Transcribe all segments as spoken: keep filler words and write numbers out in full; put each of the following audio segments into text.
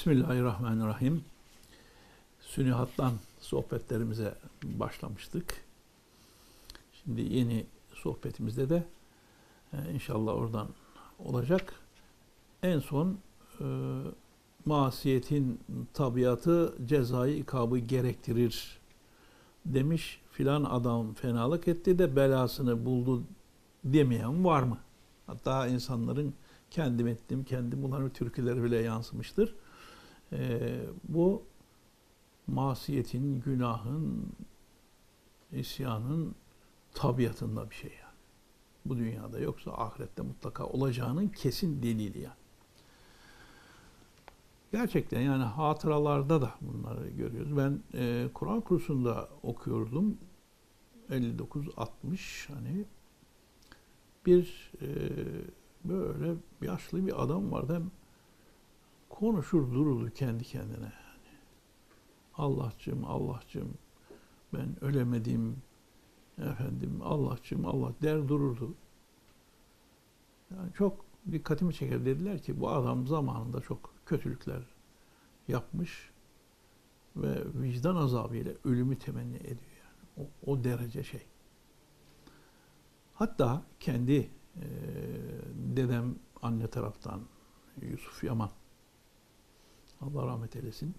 Bismillahirrahmanirrahim. Sünihat'tan sohbetlerimize başlamıştık. Şimdi yeni sohbetimizde de e, inşallah oradan olacak. En son e, masiyetin tabiatı cezayı ikabı gerektirir demiş. Filan adam fenalık etti de belasını buldu demeyen var mı? Hatta insanların kendim ettim, kendim bunların türküleri bile yansımıştır. Ee, bu masiyetin, günahın, isyanın tabiatında bir şey yani. Bu dünyada yoksa ahirette mutlaka olacağının kesin delili yani. Gerçekten yani hatıralarda da bunları görüyoruz. Ben e, Kur'an kursunda okuyordum. elli dokuz altmış hani bir e, böyle yaşlı bir adam vardı. Hem konuşur dururdu kendi kendine. Yani, Allah'cığım, Allah'cığım ben ölemedim. Efendim Allah'cığım Allah der dururdu. Yani çok dikkatimi çeker. Dediler ki bu adam zamanında çok kötülükler yapmış ve vicdan azabıyla ölümü temenni ediyor yani. O, o derece şey. Hatta kendi e, dedem anne taraftan Yusuf Yaman, Allah rahmet eylesin,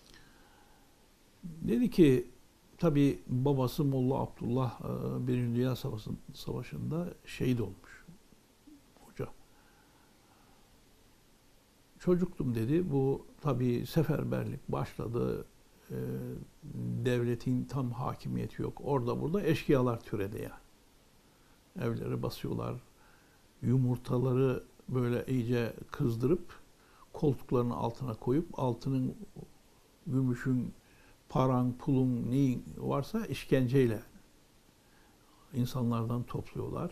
dedi ki tabi babası Molla Abdullah Birinci Dünya Savaşı'nda şehit olmuş hoca. Çocuktum dedi. Bu tabi seferberlik başladı. E, devletin tam hakimiyeti yok. Orada burada eşkıyalar türedi yani. Evleri basıyorlar. Yumurtaları böyle iyice kızdırıp koltuklarının altına koyup altının, gümüşün, paran, pulun neyin varsa işkenceyle insanlardan topluyorlar.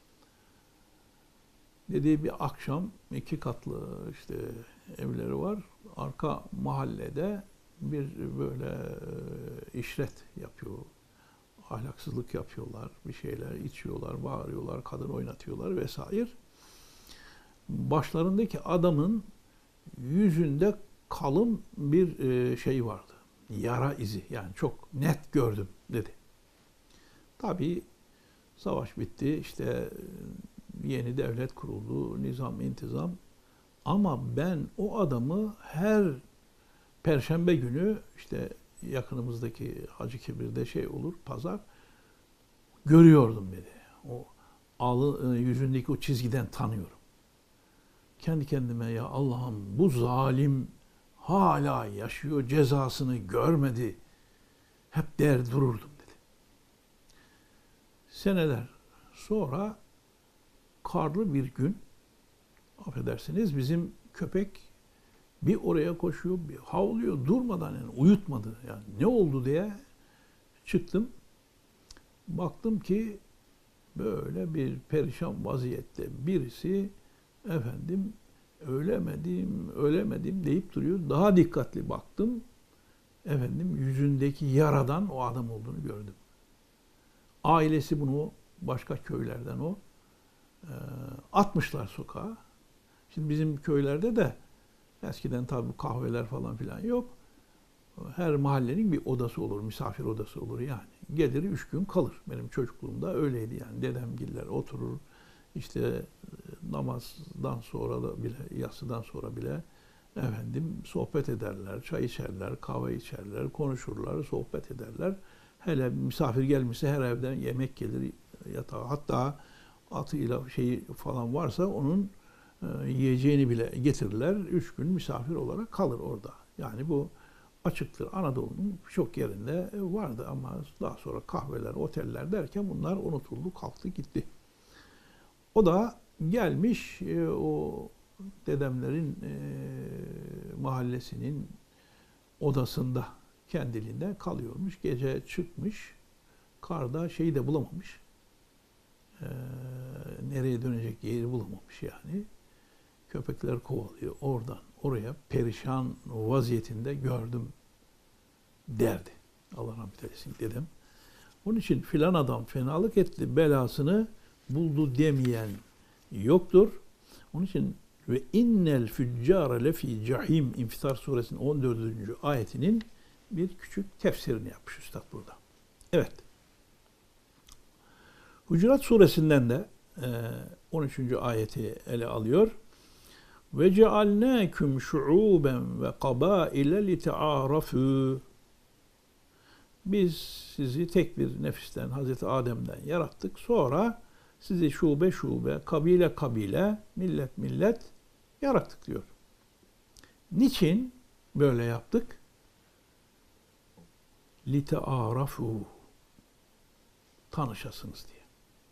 Dediği bir akşam iki katlı işte evleri var. Arka mahallede bir böyle işret yapıyor. Ahlaksızlık yapıyorlar. Bir şeyler içiyorlar, bağırıyorlar, kadın oynatıyorlar vesaire. Başlarındaki adamın yüzünde kalın bir şey vardı. Yara izi. Yani çok net gördüm dedi. Tabii savaş bitti. İşte yeni devlet kuruldu. Nizam, intizam. Ama ben o adamı her Perşembe günü işte yakınımızdaki Hacı Kebir'de şey olur, pazar görüyordum dedi. O alı, yüzündeki o çizgiden tanıyorum. Kendi kendime ya Allah'ım bu zalim hala yaşıyor, cezasını görmedi. Hep der dururdum dedi. Seneler sonra karlı bir gün, affedersiniz, bizim köpek bir oraya koşuyor, bir havlıyor durmadan, yani uyutmadı. Yani ne oldu diye çıktım. Baktım ki böyle bir perişan vaziyette birisi efendim ölemedim, ölemedim deyip duruyor. Daha dikkatli baktım. Efendim yüzündeki yaradan o adam olduğunu gördüm. Ailesi bunu başka köylerden o e, atmışlar sokağa. Şimdi bizim köylerde de eskiden tabii kahveler falan filan yok. Her mahallenin bir odası olur, misafir odası olur yani. Gelir üç gün kalır. Benim çocukluğumda öyleydi yani. Dedemgiller oturur. İşte namazdan sonra da bile, yatsıdan sonra bile efendim sohbet ederler, çay içerler, kahve içerler, konuşurlar, sohbet ederler. Hele misafir gelmişse her evden yemek gelir yatağa. Hatta atıyla şeyi falan varsa onun e, yiyeceğini bile getirirler. Üç gün misafir olarak kalır orada. Yani bu açıktır. Anadolu'nun birçok yerinde vardı ama daha sonra kahveler, oteller derken bunlar unutuldu, kalktı gitti. O da gelmiş e, o dedemlerin e, mahallesinin odasında kendiliğinden kalıyormuş. Gece çıkmış, karda şeyi de bulamamış. E, nereye dönecek yeri bulamamış yani. Köpekler kovalıyor oradan oraya, perişan vaziyetinde gördüm derdi. Allah rahmet eylesin dedem. Onun için filan adam fenalık etti, belasını buldu demeyen yoktur. Onun için Ve innel füccâre lefî cahîm İnfitar suresinin on dördüncü ayetinin bir küçük tefsirini yapmış Üstad burada. Evet. Hucurat suresinden de on üçüncü ayeti ele alıyor. Ve cealnâküm şu'ûben ve kabâile lite'ârafû. Biz sizi tek bir nefisten, Hazreti Adem'den yarattık. Sonra sizi şube şube, kabile kabile, millet millet yarattık diyor. Niçin böyle yaptık? لِتَعَارَفُوا Tanışasınız diye.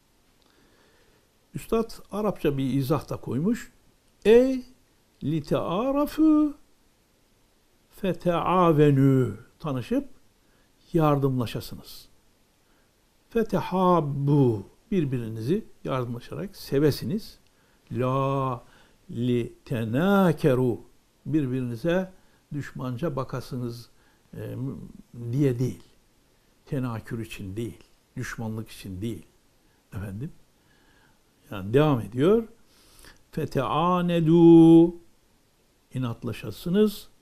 Üstad Arapça bir izah da koymuş. E لِتَعَارَفُوا فَتَعَاوَنُوا Tanışıp yardımlaşasınız. فَتَحَابُّوا Birbirinizi yardımlaşarak sevesiniz. La li tenakeru birbirinize düşmanca bakasınız e, diye değil. Tenakür için değil. Düşmanlık için değil. Efendim. Yani devam ediyor. Feteanedu inatlaşasınız.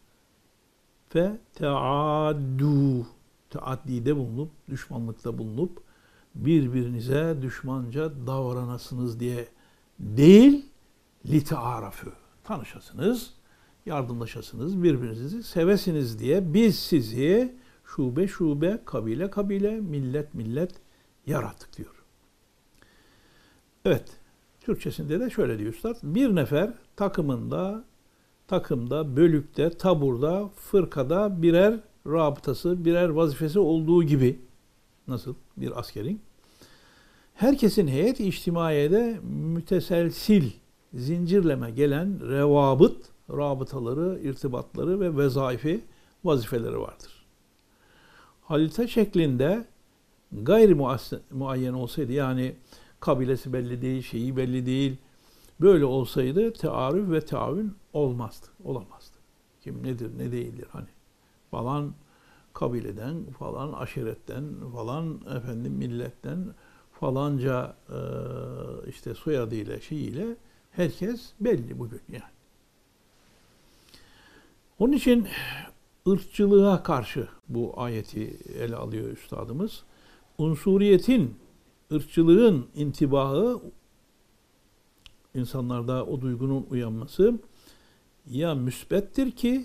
Feteaddu taaddide bulunup, düşmanlıkta bulunup birbirinize düşmanca davranasınız diye değil, lite'arafü tanışasınız, yardımlaşasınız, birbirinizi sevesiniz diye biz sizi şube şube, kabile kabile, millet millet yarattık diyor. Evet, Türkçesinde de şöyle diyor Üstad, bir nefer takımında, takımda, bölükte, taburda, fırkada birer rabıtası, birer vazifesi olduğu gibi, nasıl bir askerin, herkesin heyet-i içtimaiyede müteselsil, zincirleme gelen revabıt, rabıtaları, irtibatları ve vezaifi, vazifeleri vardır. Halite şeklinde gayri muayyen olsaydı, yani kabilesi belli değil, şeyi belli değil, böyle olsaydı tearüf ve taavün olmazdı, olamazdı. Kim nedir, ne değildir hani falan kabileden, falan aşiretten, falan efendim milletten, falanca e, işte soyadıyla, şeyiyle herkes belli bugün yani. Onun için ırkçılığa karşı bu ayeti ele alıyor üstadımız. Unsuriyetin, ırkçılığın intibahı, insanlarda o duygunun uyanması ya müsbettir ki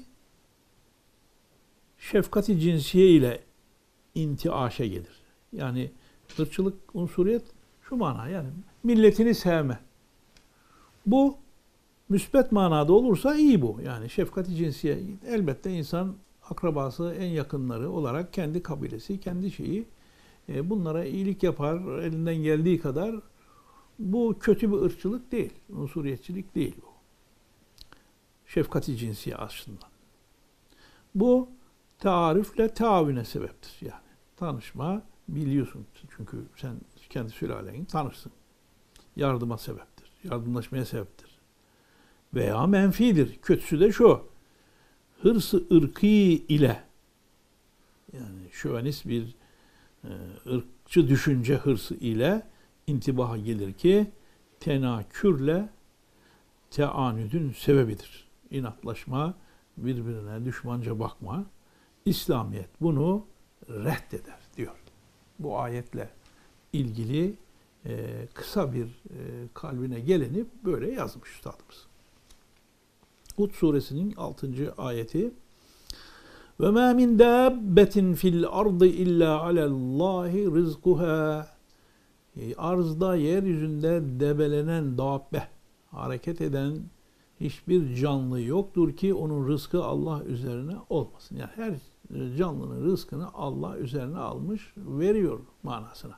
şefkati cinsiye ile intiaşa gelir. Yani ırkçılık, unsuriyet şu mana, yani milletini sevme. Bu müsbet manada olursa iyi bu. Yani şefkati cinsiye, elbette insan akrabası, en yakınları olarak kendi kabilesi, kendi şeyi bunlara iyilik yapar elinden geldiği kadar. Bu kötü bir ırkçılık değil, unsuriyetçilik değil bu. Şefkati cinsiye aslında. Bu taarifle taavüne sebeptir yani. Tanışma, biliyorsun çünkü sen kendi sülaleni tanırsın. Yardıma sebeptir, yardımlaşmaya sebeptir. Veya menfidir. Kötüsü de şu, hırsı ırkı ile, yani şövenist bir e, ırkçı düşünce hırsı ile intibaha gelir ki tenakürle teanüdün sebebidir. İnatlaşma, birbirine düşmanca bakma. İslamiyet bunu reddeder diyor. Bu ayetle ilgili e, kısa bir e, kalbine geleni böyle yazmış üstadımız. Hud suresinin altıncı ayeti. Ve ma min dabbetin fil ardı illa alallahi rizquha. Arzda, yeryüzünde debelenen dabbe, hareket eden hiçbir canlı yoktur ki onun rızkı Allah üzerine olmasın. Yani her canlının rızkını Allah üzerine almış, veriyor manasına.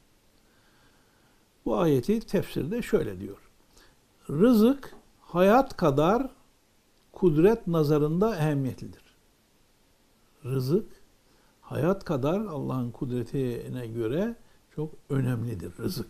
Bu ayeti tefsirde şöyle diyor. Rızık hayat kadar kudret nazarında ehemmiyetlidir. Rızık hayat kadar Allah'ın kudretine göre çok önemlidir rızık.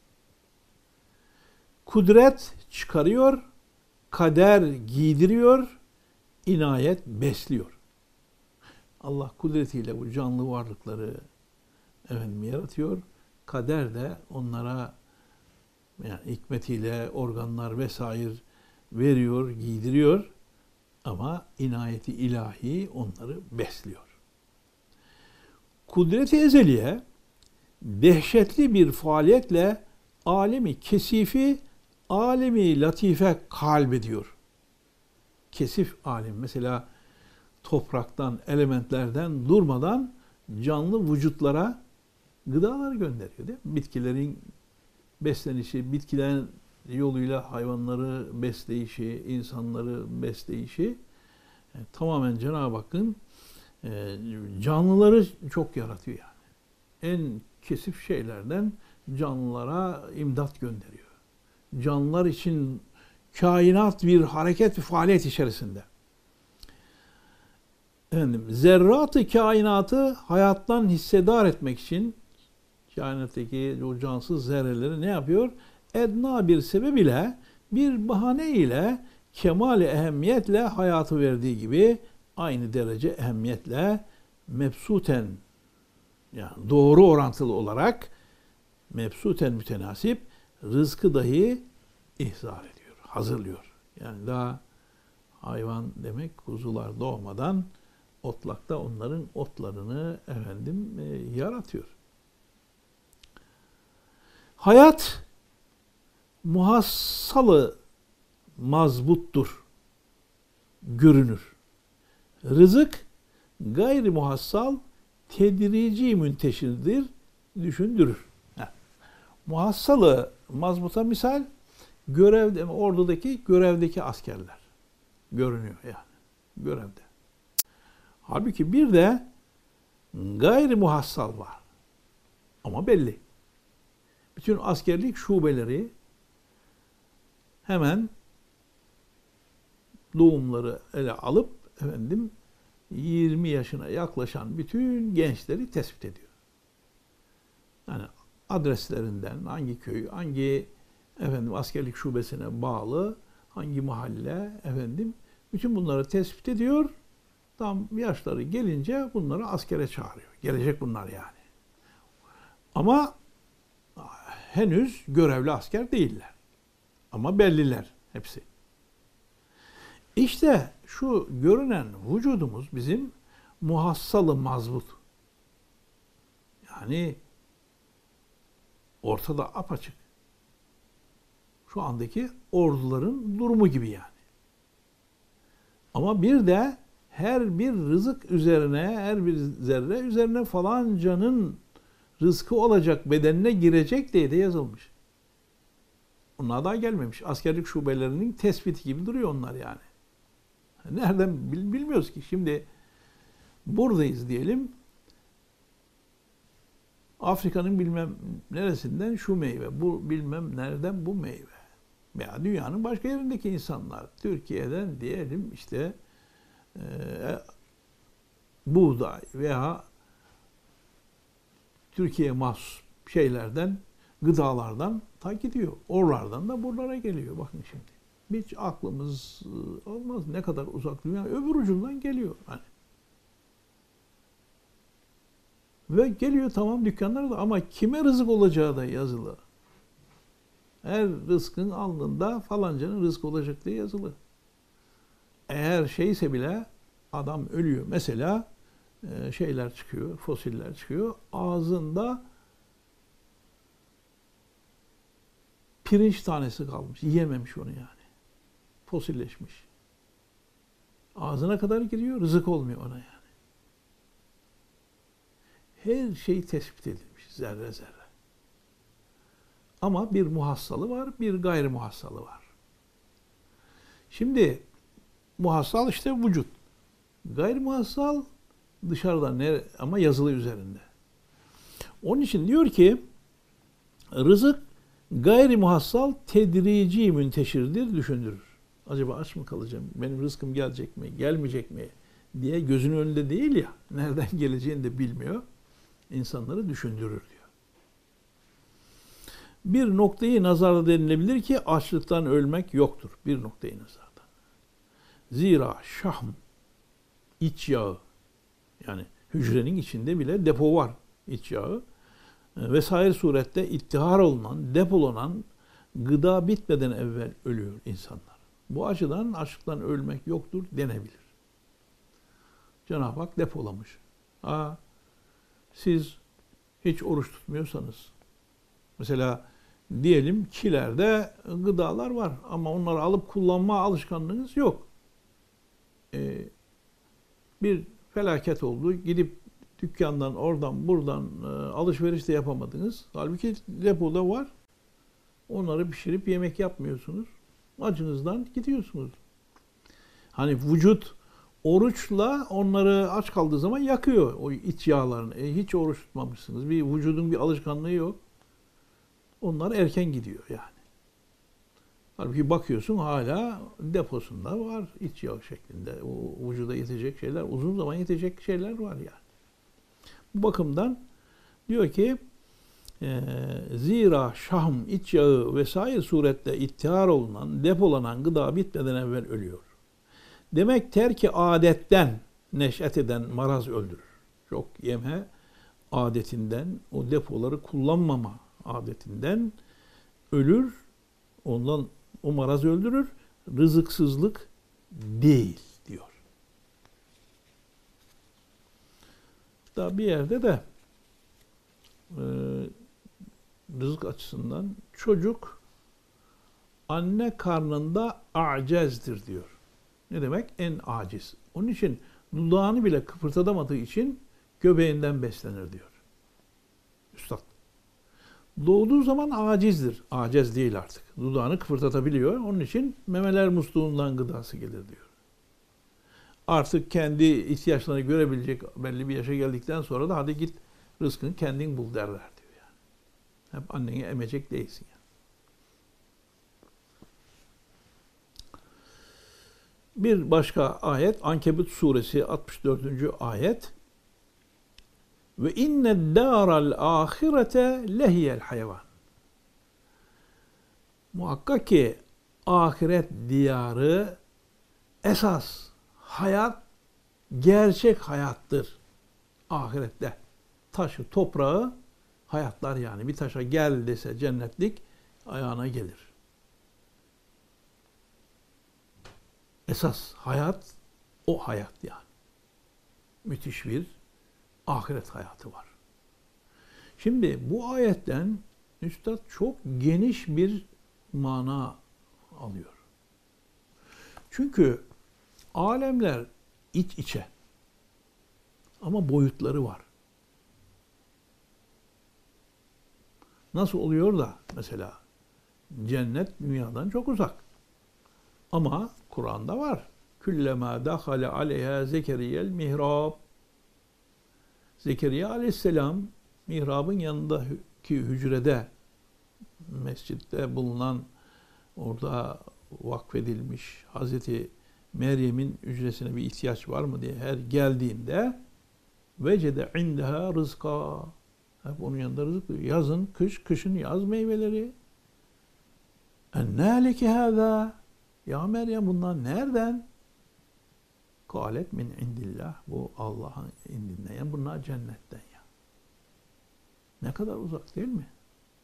Kudret çıkarıyor, kader giydiriyor, inayet besliyor. Allah kudretiyle bu canlı varlıkları efendim yaratıyor. Kader de onlara yani hikmetiyle organlar vesaire veriyor, giydiriyor ama inayeti ilahi onları besliyor. Kudret-i ezeliye dehşetli bir faaliyetle alemi kesifi, alemi latife kalbediyor. Kesif alim mesela topraktan, elementlerden durmadan canlı vücutlara gıdalar gönderiyor değil mi? Bitkilerin beslenişi, bitkilerin yoluyla hayvanları besleyişi, insanları besleyişi e, tamamen Cenab-ı Hakk'ın e, canlıları çok yaratıyor yani. En kesif şeylerden canlılara imdat gönderiyor. Canlılar için kainat bir hareket ve faaliyet içerisinde. Efendim, zerratı kainatı hayattan hissedar etmek için kainattaki o cansız zerreleri ne yapıyor? Edna bir sebep ile, bir bahane ile kemal-i ehemmiyetle hayatı verdiği gibi aynı derece ehemmiyetle mebsuten, yani doğru orantılı olarak mebsuten mütenasip rızkı dahi ihzar ediyor, hazırlıyor. Yani daha hayvan demek kuzular doğmadan otlakta onların otlarını efendim e, yaratıyor. Hayat muhassalı mazbuttur, görünür. Rızık gayri muhassal, tedrici münteşirdir, düşündürür. Ha. Muhassalı mazbuta misal görevde, ordudaki görevdeki askerler görünüyor yani görevde. Halbuki bir de gayri muhassal var ama belli. Bütün askerlik şubeleri hemen doğumları ele alıp efendim yirmi yaşına yaklaşan bütün gençleri tespit ediyor. Yani adreslerinden hangi köy, hangi efendim askerlik şubesine bağlı, hangi mahalle efendim bütün bunları tespit ediyor. Tam yaşları gelince bunları askere çağırıyor. Gelecek bunlar yani. Ama henüz görevli asker değiller. Ama belliler hepsi. İşte şu görünen vücudumuz bizim muhassalı mazbut. Yani ortada apaçık. Şu andaki orduların durumu gibi yani. Ama bir de her bir rızık üzerine, her bir zerre üzerine falancanın rızkı olacak, bedenine girecek diye de yazılmış. Onlar daha gelmemiş. Askerlik şubelerinin tespiti gibi duruyor onlar yani. Nereden bilmiyoruz ki. Şimdi buradayız diyelim. Afrika'nın bilmem neresinden şu meyve, bu bilmem nereden bu meyve. Veya dünyanın başka yerindeki insanlar. Türkiye'den diyelim işte e, buğday veya Türkiye'ye mahsus şeylerden, gıdalardan ta gidiyor. Oralardan da buralara geliyor. Bakın şimdi. Hiç aklımız olmaz. Ne kadar uzak dünya. Öbür ucundan geliyor. Hani. Ve geliyor tamam dükkanlara da ama kime rızık olacağı da yazılı. Her rızkın alnında falancanın rızkı olacak diye yazılı. Eğer şeyse bile adam ölüyor. Mesela şeyler çıkıyor, fosiller çıkıyor. Ağzında pirinç tanesi kalmış. Yiyememiş onu yani. Fosilleşmiş. Ağzına kadar giriyor, rızık olmuyor ona yani. Her şey tespit edilmiş, zerre zerre. Ama bir muhassalı var, bir gayri muhassalı var. Şimdi muhassal işte vücut. Gayri muhassal dışarıdan ne, ama yazılı üzerinde. Onun için diyor ki rızık gayri muhassal tedrici münteşirdir, düşündürür. Acaba aç mı kalacağım? Benim rızkım gelecek mi, gelmeyecek mi diye gözünün önünde değil ya. Nereden geleceğini de bilmiyor. İnsanları düşündürür diyor. Bir noktayı nazarda denilebilir ki açlıktan ölmek yoktur. Bir noktayı nazarda. Zira şahm, iç yağı, yani hücrenin içinde bile depo var iç yağı. Vesaire surette ittihar olunan, depolanan gıda bitmeden evvel ölüyor insanlar. Bu açıdan açlıktan ölmek yoktur denebilir. Cenab-ı Hak depolamış. Ha, siz hiç oruç tutmuyorsanız, mesela diyelim kilerde gıdalar var ama onları alıp kullanma alışkanlığınız yok. Ee, bir felaket oldu. Gidip dükkandan, oradan, buradan e, alışveriş de yapamadınız. Halbuki depoda var. Onları pişirip yemek yapmıyorsunuz. Acınızdan gidiyorsunuz. Hani vücut oruçla onları aç kaldığı zaman yakıyor o iç yağlarını. E, hiç oruç tutmamışsınız. Bir vücudun bir alışkanlığı yok. Onlar erken gidiyor yani. Halbuki bakıyorsun hala deposunda var iç yağ şeklinde. O vücuda yetecek şeyler, uzun zaman yetecek şeyler var yani. Bu bakımdan diyor ki e, zira şahm, iç yağı vesaire surette ittihar olunan, depolanan gıda bitmeden evvel ölüyor. Demek terki adetten neş'et eden maraz öldürür. Çok yeme adetinden, o depoları kullanmama adetinden ölür. Ondan o maraz öldürür. Rızıksızlık değil diyor. Daha bir yerde de e, rızık açısından çocuk anne karnında acezdir diyor. Ne demek? En aciz. Onun için dudağını bile kıpırdatamadığı için göbeğinden beslenir diyor. Üstad. Doğduğu zaman acizdir. Aciz değil artık. Dudağını kıpırdatabiliyor. Onun için memeler musluğundan gıdası gelir diyor. Artık kendi ihtiyaçlarını görebilecek belli bir yaşa geldikten sonra da hadi git rızkını kendin bul derler diyor yani. Hep anneni emecek değilsin yani. Bir başka ayet Ankebut suresi altmış dördüncü ayet. Ve inne daral ahirete lehiyel hayvan. Muhakkak ki ahiret diyarı esas hayat gerçek hayattır. Ahirette taşı, toprağı hayatlar yani. Bir taşa gel dese cennetlik ayağına gelir. Esas hayat o hayat yani. Müthiş bir ahiret hayatı var. Şimdi bu ayetten Üstad çok geniş bir mana alıyor. Çünkü alemler iç içe ama boyutları var. Nasıl oluyor da mesela cennet dünyadan çok uzak. Ama Kur'an'da var. Küllema dahale aleyha zekeriyel mihrab. Zekeriya aleyhisselam mihrabın yanındaki hücrede, mescitte bulunan, orada vakfedilmiş Hazreti Meryem'in hücresine bir ihtiyaç var mı diye her geldiğinde vecede indeha rızka. Hep onun yanında rızık diyor. Yazın, kış, kışın yaz meyveleri. Ennâ leki hâzâ. Ya Meryem bunlar nereden? Kâlet min indillah. Bu Allah'ın indinden. Yani bunlar cennetten ya. Ne kadar uzak değil mi?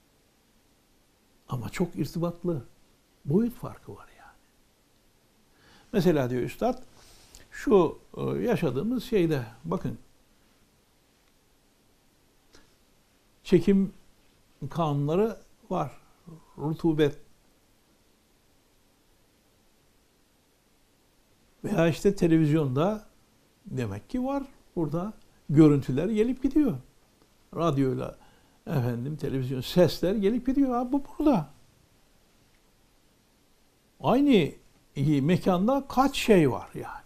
Ama çok irtibatlı. Boyut farkı var yani. Mesela diyor Üstad, şu yaşadığımız şeyde bakın, çekim kanunları var. Rutubet veya işte televizyonda demek ki var. Burada görüntüler gelip gidiyor. Radyoyla efendim televizyon sesler gelip gidiyor. Ha, bu burada. Aynı mekanda kaç şey var yani.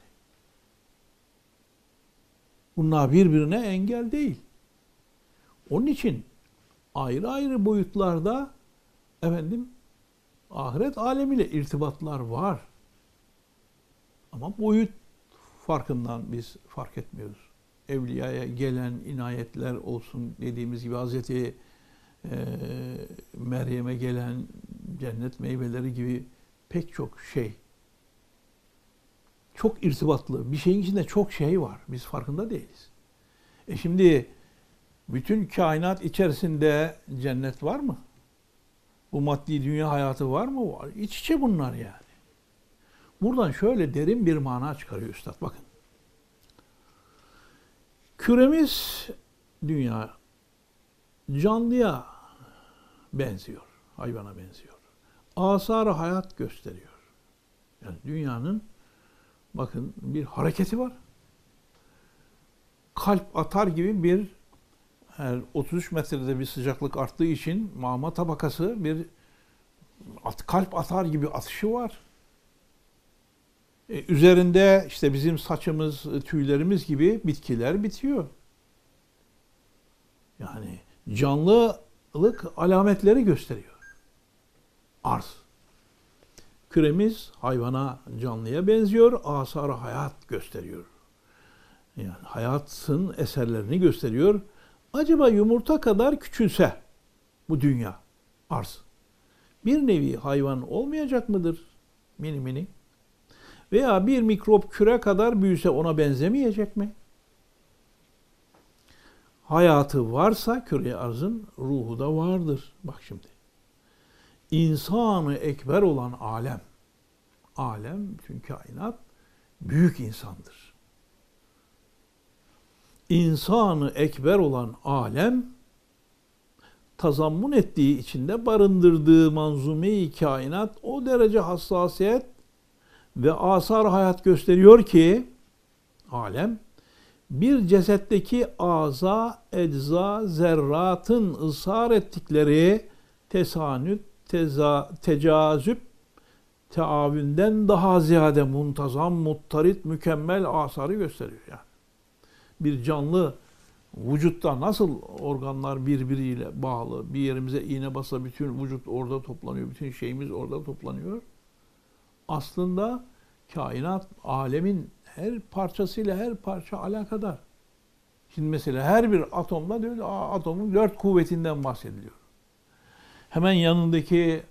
Bunlar birbirine engel değil. Onun için ayrı ayrı boyutlarda efendim ahiret alemiyle irtibatlar var. Ama boyut farkından biz fark etmiyoruz. Evliyaya gelen inayetler olsun dediğimiz gibi Hazreti e, Meryem'e gelen cennet meyveleri gibi pek çok şey. Çok irtibatlı. Bir şeyin içinde çok şey var. Biz farkında değiliz. E şimdi bütün kainat içerisinde cennet var mı? Bu maddi dünya hayatı var mı? Var. İç içe bunlar yani. Buradan şöyle derin bir mana çıkarıyor üstad. Bakın. Küremiz dünya canlıya benziyor. Hayvana benziyor. Asar-ı hayat gösteriyor. Yani dünyanın bakın bir hareketi var. Kalp atar gibi bir her otuz üç metrede bir sıcaklık arttığı için mağma tabakası bir at, kalp atar gibi atışı var. Ee, üzerinde işte bizim saçımız, tüylerimiz gibi bitkiler bitiyor. Yani canlılık alametleri gösteriyor. Arz. Küremiz hayvana, canlıya benziyor, asar-ı hayat gösteriyor. Yani hayatın eserlerini gösteriyor. Acaba yumurta kadar küçülse bu dünya, arz, bir nevi hayvan olmayacak mıdır? Mini mini. Veya bir mikrop küre kadar büyüse ona benzemeyecek mi? Hayatı varsa küre arzın ruhu da vardır. Bak şimdi. İnsan-ı ekber olan alem, alem bütün kainat büyük insandır. İnsan-ı ekber olan alem tazammun ettiği, içinde barındırdığı manzume-i kainat o derece hassasiyet ve asar hayat gösteriyor ki alem bir cesetteki aza, ecza, zerratın ısrar ettikleri tesanüt, teza, tecazüp, teavünden daha ziyade muntazam, muttarit, mükemmel asarı gösteriyor yani. Bir canlı vücutta nasıl organlar birbiriyle bağlı, bir yerimize iğne basa bütün vücut orada toplanıyor, bütün şeyimiz orada toplanıyor. Aslında kainat, alemin her parçasıyla her parça alakadar. Şimdi mesela her bir atomda diyor, atomun dört kuvvetinden bahsediliyor. Hemen yanındaki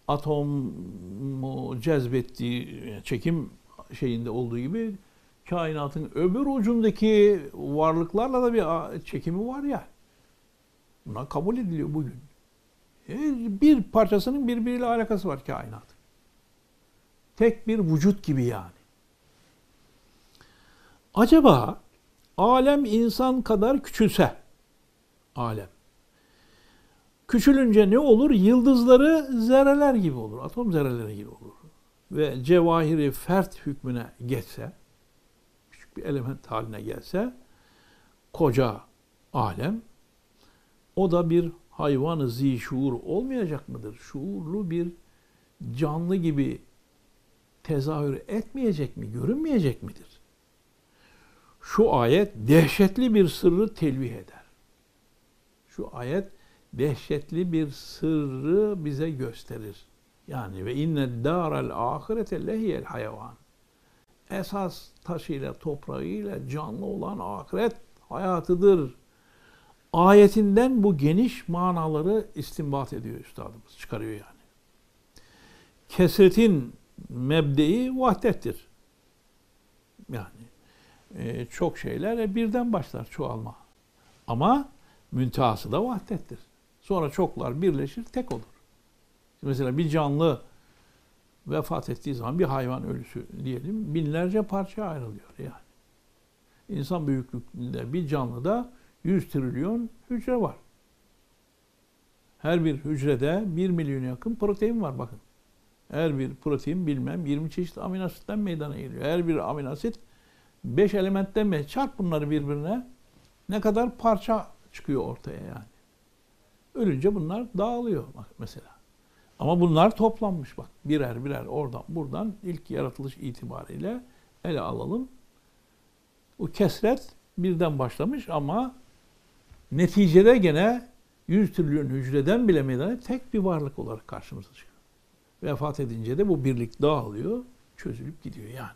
atomu cezbettiği çekim şeyinde olduğu gibi kainatın öbür ucundaki varlıklarla da bir çekimi var ya. Buna kabul ediliyor bugün. Bir parçasının birbiriyle alakası var kainat. Tek bir vücut gibi yani. Acaba alem insan kadar küçülse, alem küçülünce ne olur? Yıldızları zerreler gibi olur, atom zerreleri gibi olur. Ve cevahiri fert hükmüne geçse, küçük bir element haline gelse, koca alem, o da bir hayvan-ı zişuur olmayacak mıdır? Şuurlu bir canlı gibi tezahür etmeyecek mi, görünmeyecek midir? Şu ayet dehşetli bir sırrı telvih eder. Şu ayet dehşetli bir sırrı bize gösterir. Yani ve inne dârel âhirete lehiyel hayvan. Esas taşıyla, toprağıyla canlı olan ahiret hayatıdır. Ayetinden bu geniş manaları istinbat ediyor üstadımız, çıkarıyor yani. Kesretin mebdei vahdettir. Yani e, çok şeyler birden başlar çoğalma. Ama müntehası da vahdettir. Sonra çoklar birleşir, tek olur. Mesela bir canlı vefat ettiği zaman bir hayvan ölüsü diyelim binlerce parça ayrılıyor yani. İnsan büyüklüğünde bir canlıda yüz trilyon hücre var. Her bir hücrede bir milyona yakın protein var bakın. Her bir protein bilmem yirmi çeşit amino asitten meydana geliyor. Her bir amino asit beş elementten mi? Çarp bunları birbirine. Ne kadar parça çıkıyor ortaya yani. Ölünce bunlar dağılıyor bak mesela. Ama bunlar toplanmış bak. Birer birer oradan buradan ilk yaratılış itibariyle ele alalım. O kesret birden başlamış ama neticede gene yüz trilyon hücreden bile meydana tek bir varlık olarak karşımıza çıkıyor. Vefat edince de bu birlik dağılıyor, çözülüp gidiyor yani.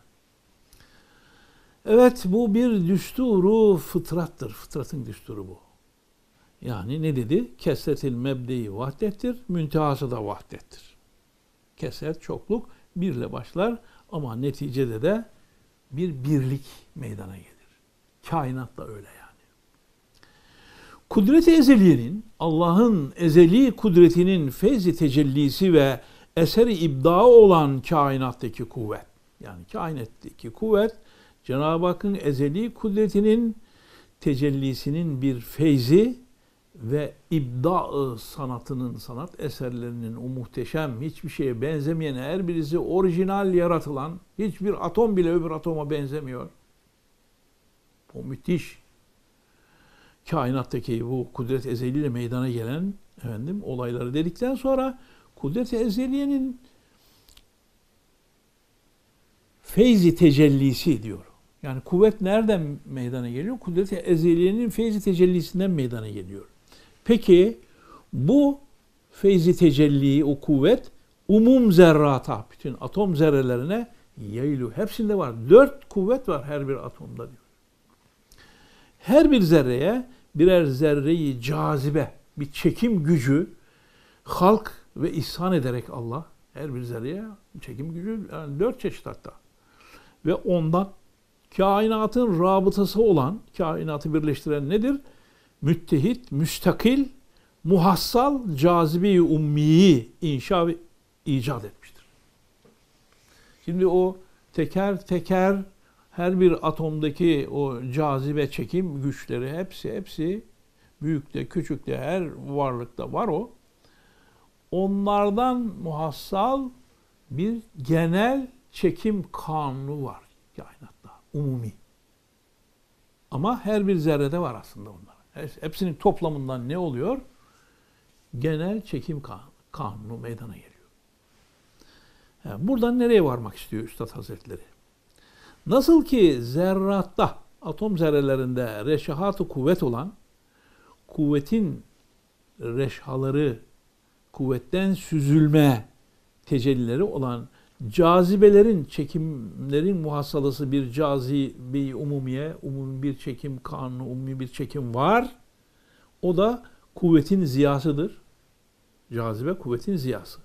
Evet, bu bir düsturu fıtrattır. Fıtratın düsturu bu. Yani ne dedi? Kesretil mebdeyi vahdettir, müntehası da vahdettir. Kesret, çokluk, birle başlar ama neticede de bir birlik meydana gelir. Kainat da öyle yani. Kudret-i ezeliyenin, Allah'ın ezeli kudretinin feyz-i tecellisi ve eser-i ibdağı olan kainattaki kuvvet. Yani kainattaki kuvvet Cenab-ı Hakk'ın ezeli kudretinin tecellisinin bir feyzi ve ibda sanatının, sanat eserlerinin o muhteşem, hiçbir şeye benzemeyen, her birisi orijinal yaratılan, hiçbir atom bile öbür atoma benzemiyor. O müthiş kainattaki bu kudret ezeliyle meydana gelen efendim olayları dedikten sonra kudret-i ezeliyenin feyzi tecellisi diyor. Yani kuvvet nereden meydana geliyor? Kudret-i ezeliyenin feyzi tecellisinden meydana geliyor. Peki bu feyzi tecelli, o kuvvet umum zerrata, bütün atom zerrelerine yayılıyor. Hepsinde var. Dört kuvvet var her bir atomda diyor. Her bir zerreye birer zerreyi cazibe, bir çekim gücü halk ve ihsan ederek Allah her bir zerreye çekim gücü yani dört çeşit hatta. Ve ondan kainatın rabıtası olan, kainatı birleştiren nedir? Müttehit, müstakil, muhassal, cazibe-i ummiyi inşa ve icat etmiştir. Şimdi o teker teker her bir atomdaki o cazibe çekim güçleri hepsi hepsi büyükte küçükte her varlıkta var o. Onlardan muhassal bir genel çekim kanunu var kainatta, umumi. Ama her bir zerrede var aslında onlar. Hepsinin toplamından ne oluyor? Genel çekim kanunu meydana geliyor. Yani buradan nereye varmak istiyor Üstad Hazretleri? Nasıl ki zerratta, atom zerrelerinde reşahat-ı kuvvet olan, kuvvetin reşhaları, kuvvetten süzülme tecellileri olan cazibelerin, çekimlerin muhassalası bir cazibe-i umumiye, umumi bir çekim kanunu, umumi bir çekim var. O da kuvvetin ziyasıdır. Cazibe kuvvetin ziyası.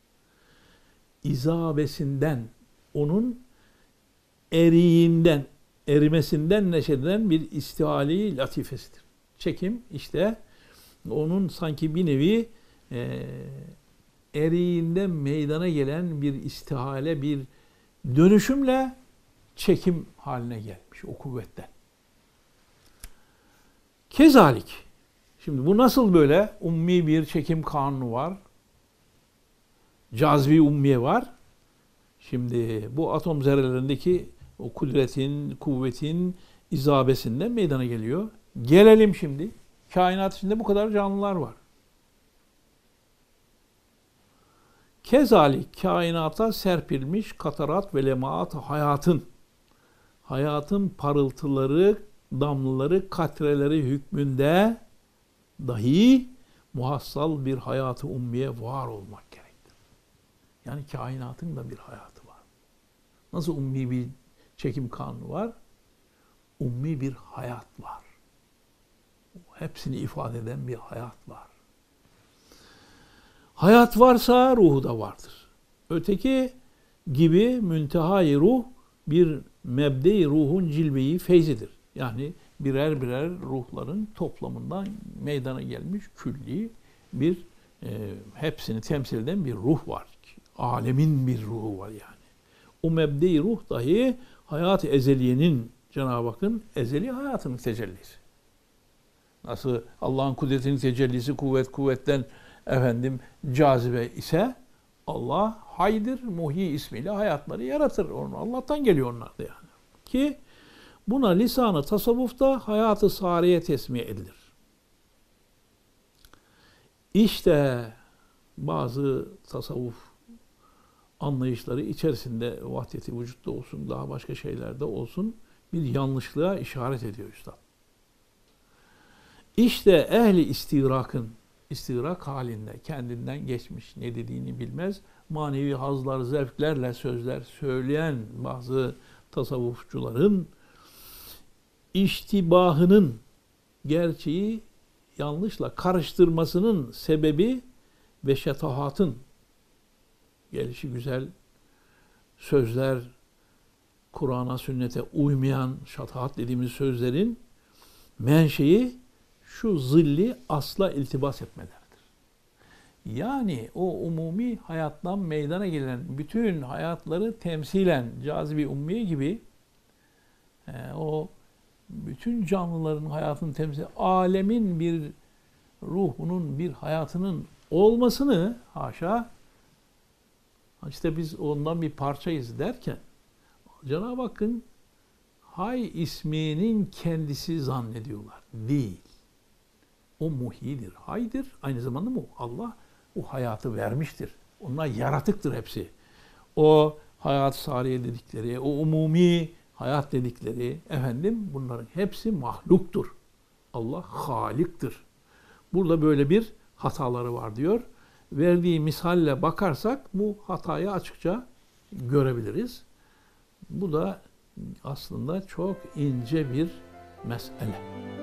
İzabesinden, onun eriğinden, erimesinden neşeden bir istihali latifesidir. Çekim işte onun sanki bir nevi e, eriğinde meydana gelen bir istihale, bir dönüşümle çekim haline gelmiş o kuvvetten. Kezalik. Şimdi bu nasıl böyle? Ummi bir çekim kanunu var. Cazbi ummiye var. Şimdi bu atom zerrelerindeki o kudretin, kuvvetin izabesinden meydana geliyor. Gelelim şimdi. Kainat içinde bu kadar canlılar var. Kezalik kainata serpilmiş katarat ve lemaat hayatın, hayatın parıltıları, damlaları, katreleri hükmünde dahi muhassal bir hayatı ummiye var olmak gerektir. Yani kainatın da bir hayatı var. Nasıl ummi bir çekim kanunu var? Ummi bir hayat var. Hepsini ifade eden bir hayat var. Hayat varsa ruhu da vardır. Öteki gibi müntehai ruh bir mebde-i ruhun cilveyi feyzidir. Yani birer birer ruhların toplamından meydana gelmiş külli bir e, hepsini temsil eden bir ruh var. Alemin bir ruhu var yani. O mebde-i ruh dahi hayat-ı ezeliyenin, Cenab-ı Hakk'ın ezeli hayatının tecellisi. Nasıl Allah'ın kudretinin tecellisi kuvvet kuvvetten efendim cazibe ise Allah haydır, muhyi ismiyle hayatları yaratır. Onu Allah'tan geliyor onlar da yani. Ki buna lisan-ı tasavvufta hayat-ı sariye tesmiye edilir. İşte bazı tasavvuf anlayışları içerisinde vahdeti vücutta olsun, daha başka şeylerde olsun bir yanlışlığa işaret ediyor Üstad. İşte ehli istirakın, istirak halinde kendinden geçmiş, ne dediğini bilmez, manevi hazlar, zevklerle sözler söyleyen bazı tasavvufçuların iştibahının gerçeği yanlışla karıştırmasının sebebi ve şetahatın, gelişi güzel sözler, Kur'an'a, sünnete uymayan şatahat dediğimiz sözlerin menşei şu zilli asla iltibas etmelerdir. Yani o umumi hayattan meydana gelen bütün hayatları temsilen cazibe ummiye gibi e, o bütün canlıların hayatını temsil, alemin bir ruhunun, bir hayatının olmasını haşa, işte biz ondan bir parçayız derken Cenab-ı Hakk'ın Hay isminin kendisi zannediyorlar. Değil. O muhyidir, haydır. Aynı zamanda mı? Allah o hayatı vermiştir. Onlar yaratıktır hepsi. O hayat-ı sariye dedikleri, o umumi hayat dedikleri, efendim bunların hepsi mahluktur. Allah haliktir. Burada böyle bir hataları var diyor. Verdiği misalle bakarsak bu hatayı açıkça görebiliriz. Bu da aslında çok ince bir mesele.